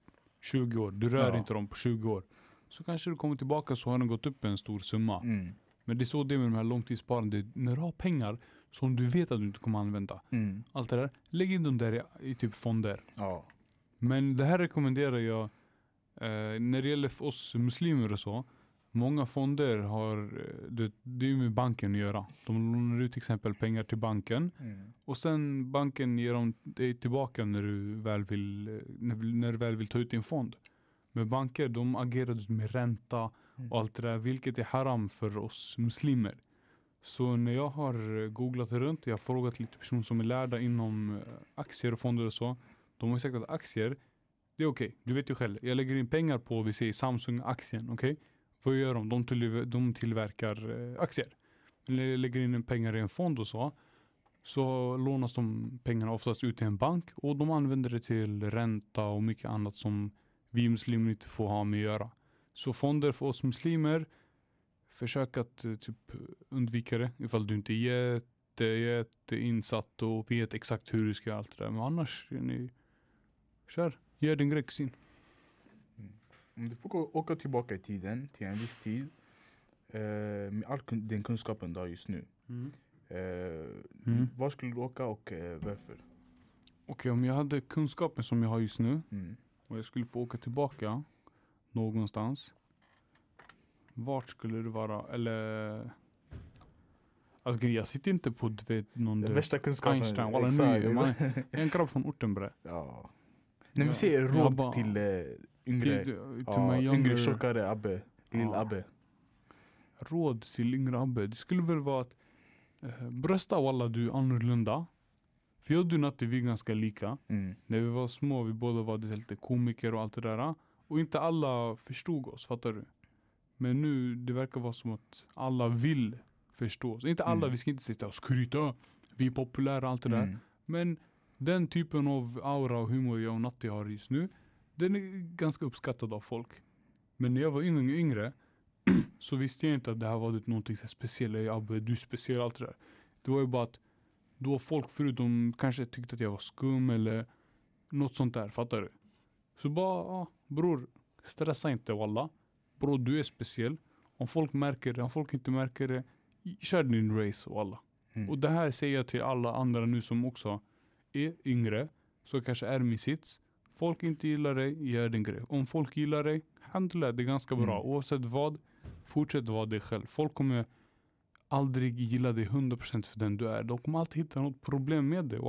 tjugo år. Du rör Ja. inte dem på tjugo år. Så kanske du kommer tillbaka så har den gått upp en stor summa. Mm. Men det är så det är med de här långtidssparande. När du har pengar som du vet att du inte kommer använda. Mm. Allt det där. Lägg in dem där i, i typ fonder. Ja. Men det här rekommenderar jag eh, när det gäller för oss muslimer och så. Många fonder har, eh, det, det är ju med banken att göra. De lånar ut till exempel pengar till banken. Mm. Och sen banken ger dem dig tillbaka när du väl vill, eh, när, när du väl vill ta ut din fond. Men banker, de agerar med ränta Mm. och allt det där. Vilket är haram för oss muslimer. Så när jag har eh, googlat runt, jag har frågat lite personer som är lärda inom eh, aktier och fonder och så. De har sagt att aktier, det är okej. Okay. Du vet ju själv. Jag lägger in pengar på, vi säger Samsung-aktien. Okej? Okay? Vad gör de? De, till, de tillverkar eh, aktier. Eller jag lägger in pengar i en fond och så. Så lånas de pengarna oftast ut till en bank. Och de använder det till ränta och mycket annat som vi muslimer inte får ha med att göra. Så fonder för oss muslimer, försök att eh, typ undvika det. Ifall du inte är jätte, jätte insatt och vet exakt hur du ska göra allt det där. Men annars, är ni, kör. Gör din grej, kusin. Om du får gå, åka tillbaka i tiden, till en viss tid. Eh, med all kun, den kunskapen du har just nu. Eh, Mm. Var skulle du åka och eh, varför? Okej, om jag hade kunskapen som jag har just nu Mm. och jag skulle få åka tillbaka någonstans. Vart skulle det vara? Eller... Alltså jag sitter inte på du vet, någon... Den du- värsta kunskapen. Einstein, walla, Exakt, nu, man- exakt. Jag är en grabb från orten bre. Ja. Nej, Ja, men säg jag råd bara- till eh, yngre, Till, till ja, my yngre younger, tjockare Abbe, lill Ja. Abbe. råd till yngre Abbe. Det skulle väl vara att eh, brösta walla du är annorlunda. För jag och du Natti, vi är ganska lika. Mm. När vi var små, vi båda var lite komiker och allt det där. Och inte alla förstod oss, fattar du? Men nu, det verkar vara som att alla vill förstå oss. Inte alla, Mm. vi ska inte sitta och skryta. Vi är populära och allt det där. Mm. Men den typen av aura och humor jag och Natti har just nu, den är ganska uppskattad av folk. Men när jag var yngre, yngre så visste jag inte att det här var någonting så speciellt. Ey, Abbe, du är speciell, allt det där. Det var ju bara att då folk förut, de kanske tyckte att jag var skum eller något sånt där, fattar du? Så bara, ah, bror, stressa inte walla. Bror, du är speciell. Om folk märker det, om folk inte märker det, kör din race walla. Mm. Och det här säger jag till alla andra nu som också är yngre, så kanske är min sits. Folk inte gillar dig, gör din grej. Om folk gillar dig, handla, det är ganska bra. Mm. Oavsett vad, fortsätt vara dig själv. Folk kommer aldrig gilla dig hundra procent för den du är. De kommer alltid hitta något problem med dig, walla.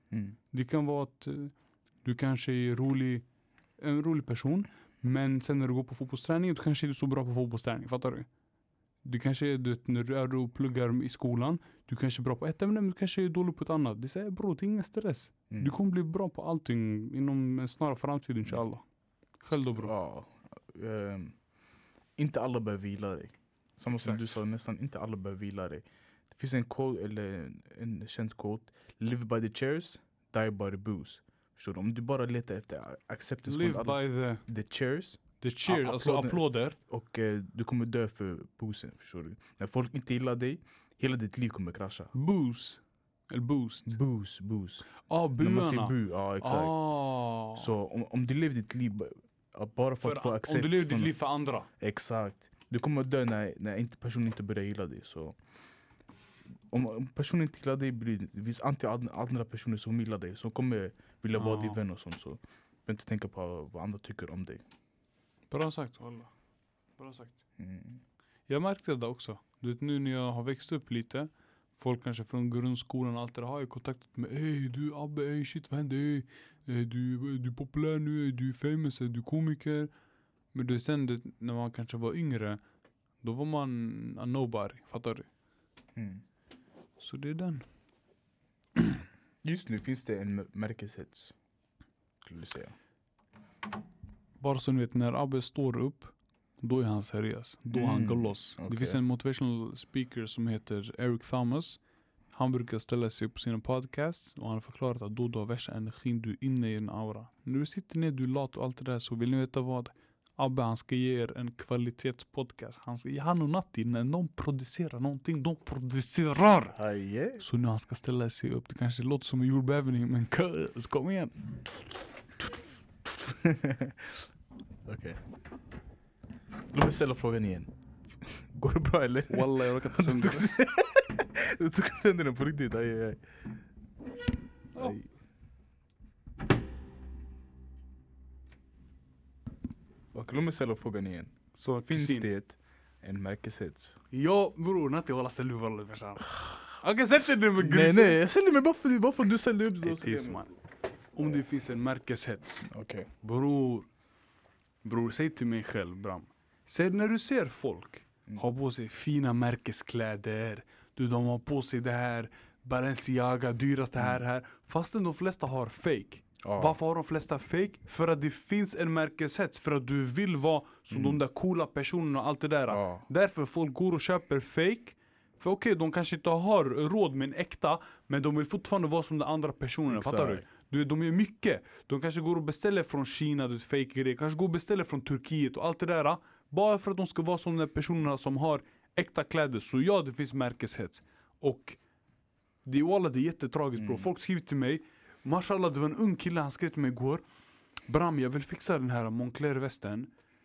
Mm. Det kan vara att eh, du kanske är rolig, en rolig person, men sen när du går på fotbollsträning, du kanske inte är så bra på fotbollsträning, fattar du? Du kanske är, du, när du är och pluggar i skolan, du kanske är bra på ett ämne, men du kanske är dålig på ett annat. Det säger bro, det är ingen stress. Mm. Du kommer bli bra på allting inom en snar framtid, inshallah. Själv då bro. Ja, ehm, inte alla behöver vila dig. Samma som Exakt. du sa, nästan inte alla behöver vila dig. Det finns en quote, eller en, en känd quote. Live by the chairs, die by the booze. Förstår du? Om du bara letar efter acceptance Live från alla, by the, the chairs, the cheer, Ah, alltså applåder. applåder. och eh, du kommer dö för boozen. Förstår du? När folk inte gillar dig, hela ditt liv kommer krascha. Boost. Eller boost. Booze, booze. Ah, När man säger buarna. bu, ja exakt. Ah. Så om, om du lever ditt liv ba- bara för, För, att få accept. om du lever ditt från- liv för andra. Exakt. Du kommer att dö när, när inte, personen inte börjar gilla dig. Så om, om personen inte gillar dig, blir det finns alltid and- andra personer som gillar dig. Som kommer vilja vara Ja. din vän och sånt. Så du behöver inte tänka på vad andra tycker om dig. Bra sagt, alla. Bra sagt. Mm. Jag märkte det också. Du vet nu när jag har växt upp lite. Folk kanske från grundskolan och allt det där har ju kontakt med. Ey du Abbe, ey shit vad händer? Ey, ey, du, du är populär nu, ey, du är famous, ey, du är komiker. Men du sen det, när man kanske var yngre. Då var man a nobody, fattar du? Mm. Så det är den. Just nu finns det en m- märkeshets. Skulle jag säga. Bara så ni vet, när Abbe står upp. Då är han seriös. Då är han Mm, går loss. Det okej. finns en motivational speaker som heter Eric Thomas. Han brukar ställa sig upp på sina podcasts. Och han har förklarat att då du har värsta energin, du är inne i en aura. När du sitter ner, du är lat och allt det där. Så vill ni veta vad? Abbe, han ska ge er en kvalitetspodcast. Han ska ge han och Natti, när de producerar någonting, de producerar. Haje. Så nu han ska ställa sig upp. Det kanske låter som en jordbävning, men kom igen. Okej. Låt mig ställa frågan igen. Går det bra eller? Wallah, jag råkar ta sönder det. Du tog sönder den på riktigt. Aj, aj, aj. Ja. Aj. Okej, låt mig ställa frågan igen. Så Finns kusin. det en märkeshets? Ja, bror, Natti, walla ställ upp alla försan. Okej, sätt dig nu med Nej grisen. nej, jag ställde mig bara för, bara för att du ställde upp. Ett tids man. Om det finns en märkeshets. Okej. Bror. Bror, säg till mig själv, Bram. Säg när du ser folk Mm. ha på sig fina märkeskläder. Du, de har på sig det här Balenciaga, dyraste här här. Fastän de flesta har fake. Ja. Varför har de flesta fake? För att det finns en märkeshets. För att du vill vara som Mm. de där coola personerna och allt det där. Ja. Därför folk går och köper fake. För okej, okay, de kanske inte har råd med en äkta. Men de vill fortfarande vara som de andra personerna. Exakt. Fattar du? du? De är mycket. De kanske går och beställer från Kina, du fake grejer. Kanske går och beställer från Turkiet och allt det där. Bara för att de ska vara som de där personerna som har äkta kläder. Så ja, det finns märkeshets. Och det är, wallah, det är jättetragiskt bro. Mm. Folk skriver till mig. Mashallah, det var en ung kille, han skrev till mig igår. Bram, jag vill fixa den här Moncler-västen.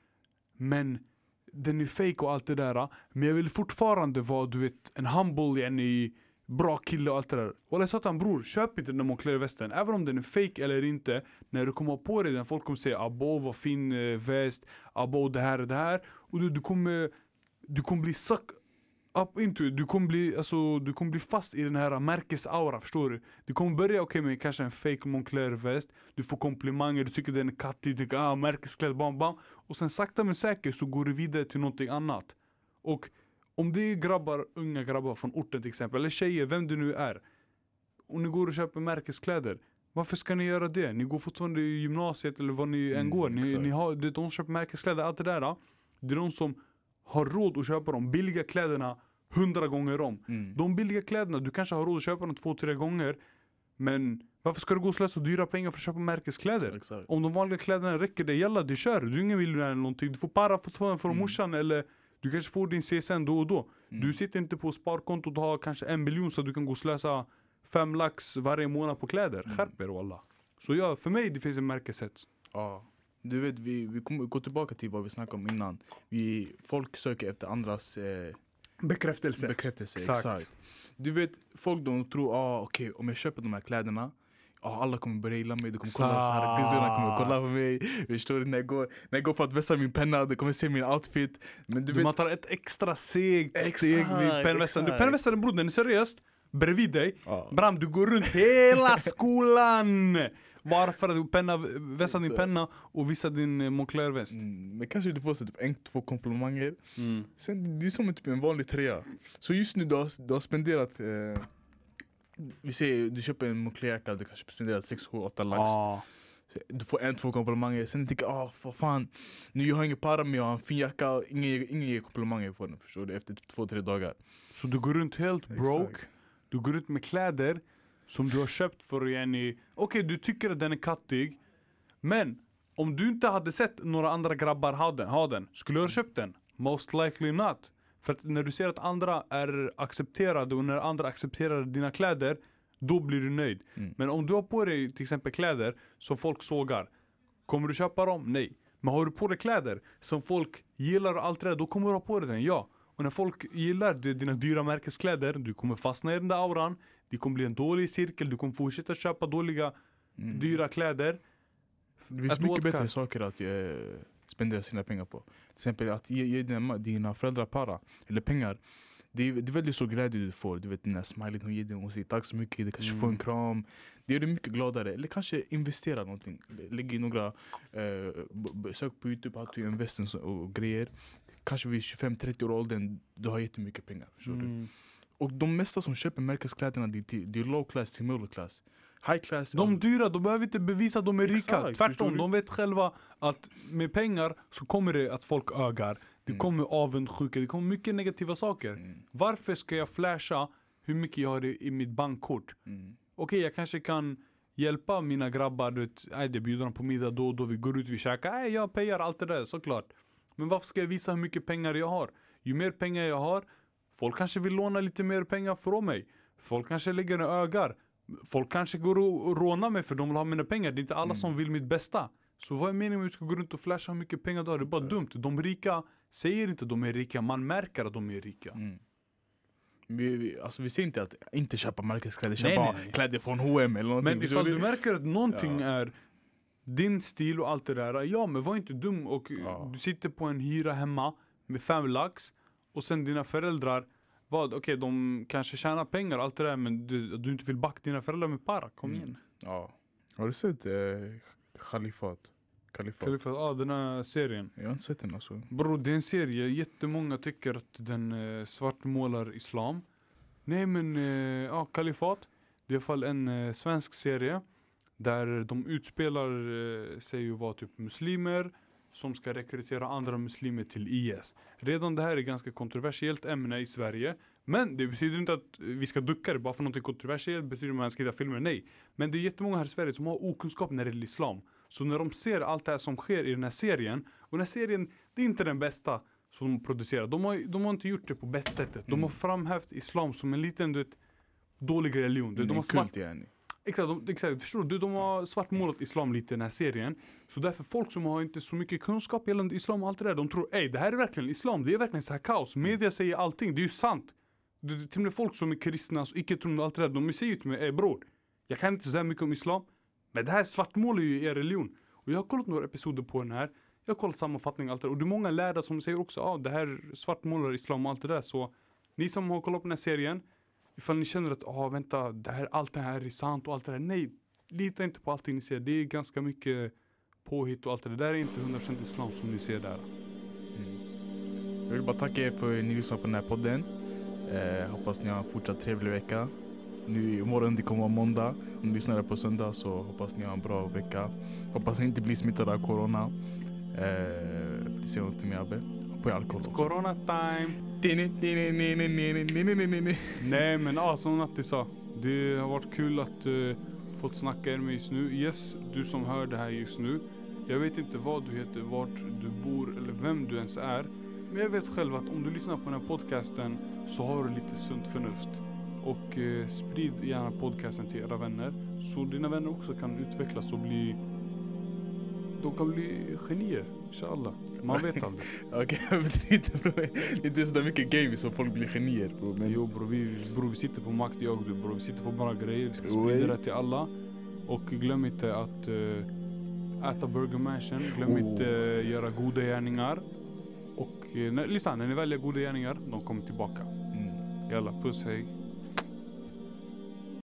Men den är fake och allt det där. Men jag vill fortfarande vara, du vet, en humble, en bra kille och allt det där. Och jag sa till han, bror, köp inte den Moncler-västen. Även om den är fake eller inte. När du kommer på dig den, folk kommer säga, abo, vad fin eh, väst. Abo, det här och det här. Och du, du kommer du kommer bli suck up into it. Du kommer bli, alltså, du kommer bli fast i den här märkesaura, förstår du? Du kommer börja, okej, okay, med kanske en fake Moncler-väst. Du får komplimanger, du tycker den är kattig, du tycker, ah, märkesklädd, bam, bam. Och sen sakta men säkert så går du vidare till någonting annat. Och om det är grabbar, unga grabbar från orten till exempel, eller tjejer, vem det nu är. Om ni går och köper märkeskläder, varför ska ni göra det? Ni går fortfarande i gymnasiet eller vad ni än Mm, går. Ni, exakt. ni har, det är de som köper märkeskläder, allt det där. Det är de som har råd att köpa de billiga kläderna hundra gånger om. Mm. De billiga kläderna, du kanske har råd att köpa dem två, tre gånger. Men varför ska du gå och slösa så dyra pengar för att köpa märkeskläder? Exakt. Om de vanliga kläderna räcker det, jalla, du kör. Du är ingen miljonär eller någonting. Du får para från, från Mm. morsan eller du kanske får din C S N då och då. Mm. Du sitter inte på sparkontot och har kanske en miljon så du kan gå och slösa fem lax varje månad på kläder. Mm. Skärp er wallah. Så ja, för mig det finns en märkeshets. Ja. Du vet, vi, vi kommer gå tillbaka till vad vi snackade om innan. Vi, folk söker efter andras eh, Bekräftelse. bekräftelse. Exakt. Exakt. Du vet, folk de tror, ah, okej, okay, om jag köper de här kläderna, ah, alla kommer börja gilla mig, de kommer kolla så här, guzzorna kommer kolla på mig. Förstår du? När jag går, när jag går för att vässa min penna, de kommer se min outfit. Men du Du vet, man tar ett extra segt Exakt, steg vid pennvästen. Du, exakt. pennvästen bror, den är seriöst. bredvid dig. Ja. Bram, du går runt hela skolan bara för att penna, vässa din penna och visa din eh, Moncler-väst. Mm, men kanske du får så typ en, två komplimanger. Mm. Sen det är som typ en vanlig trea. Så just nu du har, du har spenderat eh, vi säger du köper en Moncler-jacka, du kanske spenderat sex, sju, åtta lax. Ah. Du får en, två komplimanger. Sen tänker jag, ah, vad fan. Nu jag har ingen para med, jag har en fin jacka. Ingen, ingen ger komplimanger på den, förstår du? Efter två, tre dagar. Så du går runt helt broke. Exakt. Du går runt med kläder som du har köpt för Jenny. Okej, okay, du tycker att den är kattig. Men om du inte hade sett några andra grabbar ha den, ha den skulle du ha köpt den? Most likely not. För att när du ser att andra är accepterade och när andra accepterar dina kläder, då blir du nöjd. Mm. Men om du har på dig till exempel kläder som folk sågar, kommer du köpa dem? Nej. Men har du på dig kläder som folk gillar och allt det där, då kommer du ha på dig den, ja. Och när folk gillar dina dyra märkeskläder, du kommer fastna i den där auran. Det kommer bli en dålig cirkel, du kommer fortsätta köpa dåliga, Mm. dyra kläder. Det finns Ett mycket bättre podcast. saker att eh, spendera sina pengar på. Till exempel att ge, ge dina, dina föräldrar para eller pengar. Det är, det är väldigt så glädje du får. Du vet den där smileyn hon ger dig, hon säger tack så mycket, du kanske Mm. får en kram. Det gör dig mycket gladare. Eller kanske investera någonting. Lägg in några, eh, b- b- sök på YouTube, how to invest and så- och grejer. Kanske vid tjugofem trettio år åldern, du har jättemycket pengar. Förstår du? Mm. Och de mesta som köper märkeskläderna, det, det, det är low class till middle class. High class. De dyra, de behöver inte bevisa att de är rika. Exakt, förstår Tvärtom, du? de vet själva att med pengar så kommer det att folk ögar. Det Mm. kommer avundsjuka, det kommer mycket negativa saker. Mm, Varför ska jag flasha hur mycket jag har i, i mitt bankkort? mm, Okej, jag kanske kan hjälpa mina grabbar, du vet, nej, det bjuder dem på middag då och då, vi går ut, vi käkar, nej, jag pejar allt det där, såklart. Men varför ska jag visa hur mycket pengar jag har? Ju mer pengar jag har, folk kanske vill låna lite mer pengar från mig. Folk kanske lägger en ögar. Folk kanske går och rånar mig för de vill ha mina pengar. Det är inte alla Mm. som vill mitt bästa. Så vad är meningen med att vi ska gå runt och flasha hur mycket pengar du har? Det är bara Exakt. dumt. De rika säger inte att de är rika, man märker att de är rika. mm. Vi, vi, alltså vi ser inte att inte köpa märkeskläder, Nej, köpa nej, nej. kläder från H och M eller någonting. Men förstår ifall du märker att någonting Ja. är din stil och allt det där, ja men var inte dum och Ja. du sitter på en hyra hemma med fem lax och sen dina föräldrar, vad, okej de kanske tjänar pengar och allt det där, men du, du inte vill backa dina föräldrar med para, kom Mm. igen. Ja. Har du sett eh, Khalifat? Khalifat? Kalifat, ja ah, den här serien. Jag har inte sett den alltså. Bro, det är en serie, jättemånga tycker att den eh, svartmålar islam. Nej men, eh, ja, Kalifat, det är i alla fall en eh, svensk serie där de utspelar eh, sig ju vara typ muslimer som ska rekrytera andra muslimer till I S. Redan det här är ganska kontroversiellt ämne i Sverige, men det betyder inte att vi ska ducka det bara för något kontroversiellt, betyder att man ska hitta filmer, nej. Men det är jättemånga här i Sverige som har okunskap när det gäller islam. Så när de ser allt det här som sker i den här serien, och den här serien, det är inte den bästa som de producerar. De har, de har inte gjort det på bästa sättet. De Mm. har framhävt islam som en liten, du vet, dålig religion. Du, vet, de har svart, kult yani. exakt, de, exakt, förstår du? De har svartmålat islam lite i den här serien. Så därför folk som har inte så mycket kunskap gällande islam och allt det där, de tror, ej det här är verkligen islam, det är verkligen så här kaos. Media säger allting, det är ju sant. Det, det, till och med folk som är kristna, alltså icke-troende och allt det där, de säger ju till mig, ej bror, jag kan inte så här mycket om islam, men det här svartmålar ju er religion. Och jag har kollat några episoder på den här, jag har kollat sammanfattning och allt det där, och det är många lärare som säger också, ja ah, det här svartmålar islam och allt det där. Så ni som har kollat på den här serien, ifall ni känner att, ah vänta, det här, allt det här är sant och allt det där, nej, lita inte på allting ni ser. Det är ganska mycket påhitt och allt det där. Det där är inte hundra procent islam som ni ser där. Mm. Jag vill bara tacka er för att ni lyssnar på den här podden. Eh, hoppas ni har en fortsatt trevlig vecka. Nu imorgon det kommer vara måndag. Om ni lyssnar på söndag så hoppas ni har en bra vecka. Hoppas ni inte blir smittade av corona. Eh, det ser något med Abbe. På alkohol It's också. corona time. Nej, Nej men ja, som Natti sa. Det har varit kul att uh, fått snacka er med just nu. Yes, du som hör det här just nu. Jag vet inte vad du heter, vart du bor eller vem du ens är. Men jag vet själv att om du lyssnar på den här podcasten så har du lite sunt förnuft. Och uh, sprid gärna podcasten till era vänner. Så dina vänner också kan utvecklas och bli... De kan bli genier, inshallah. Man vet aldrig. Okej, det är inte bra. Det är inte så där mycket games som folk blir genier bro. Men Jo bro vi, bro, vi sitter på makt, jag och du bro. Vi sitter på bra grejer, vi ska Oj. sprida det till alla. Och glöm inte att uh, äta Burger Mansion. Glöm Oh. inte uh, göra goda gärningar. Och uh, när, lyssna, när ni väljer goda gärningar, de kommer tillbaka. mm. Jalla, puss, hej.